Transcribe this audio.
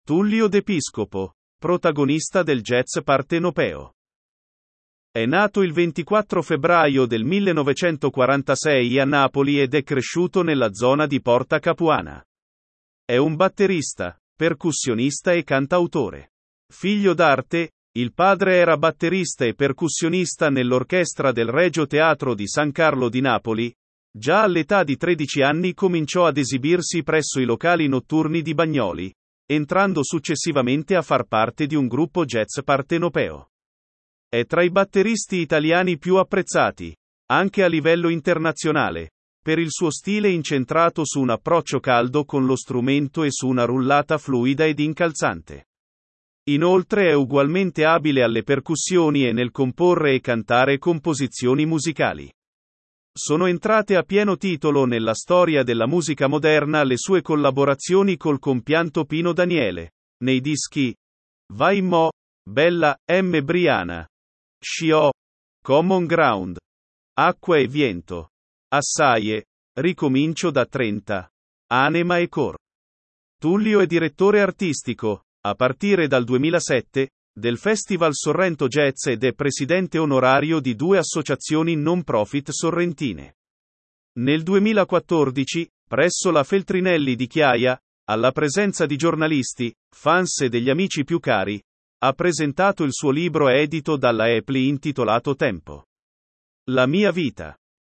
Tullio D'Episcopo, protagonista del jazz partenopeo. È nato il 24 febbraio del 1946 a Napoli ed è cresciuto nella zona di Porta Capuana. È un batterista, percussionista e cantautore. Figlio d'arte, il padre era batterista e percussionista nell'orchestra del Regio Teatro di San Carlo di Napoli. Già all'età di 13 anni cominciò ad esibirsi presso i locali notturni di Bagnoli, entrando successivamente a far parte di un gruppo jazz partenopeo. È tra i batteristi italiani più apprezzati, anche a livello internazionale, per il suo stile incentrato su un approccio caldo con lo strumento e su una rullata fluida ed incalzante. Inoltre è ugualmente abile alle percussioni e nel comporre e cantare composizioni musicali. Sono entrate a pieno titolo nella storia della musica moderna le sue collaborazioni col compianto Pino Daniele, nei dischi Vai Mo, Bella, M. Briana, Scio, Common Ground, Acqua e Viento, Assaie, Ricomincio da 30, Anima e Cor. Tullio è direttore artistico, a partire dal 2007, del Festival Sorrento Jazz ed è presidente onorario di 2 associazioni non profit sorrentine. Nel 2014, presso la Feltrinelli di Chiaia, alla presenza di giornalisti, fans e degli amici più cari, ha presentato il suo libro edito dalla EPLI intitolato Tempo. La mia vita.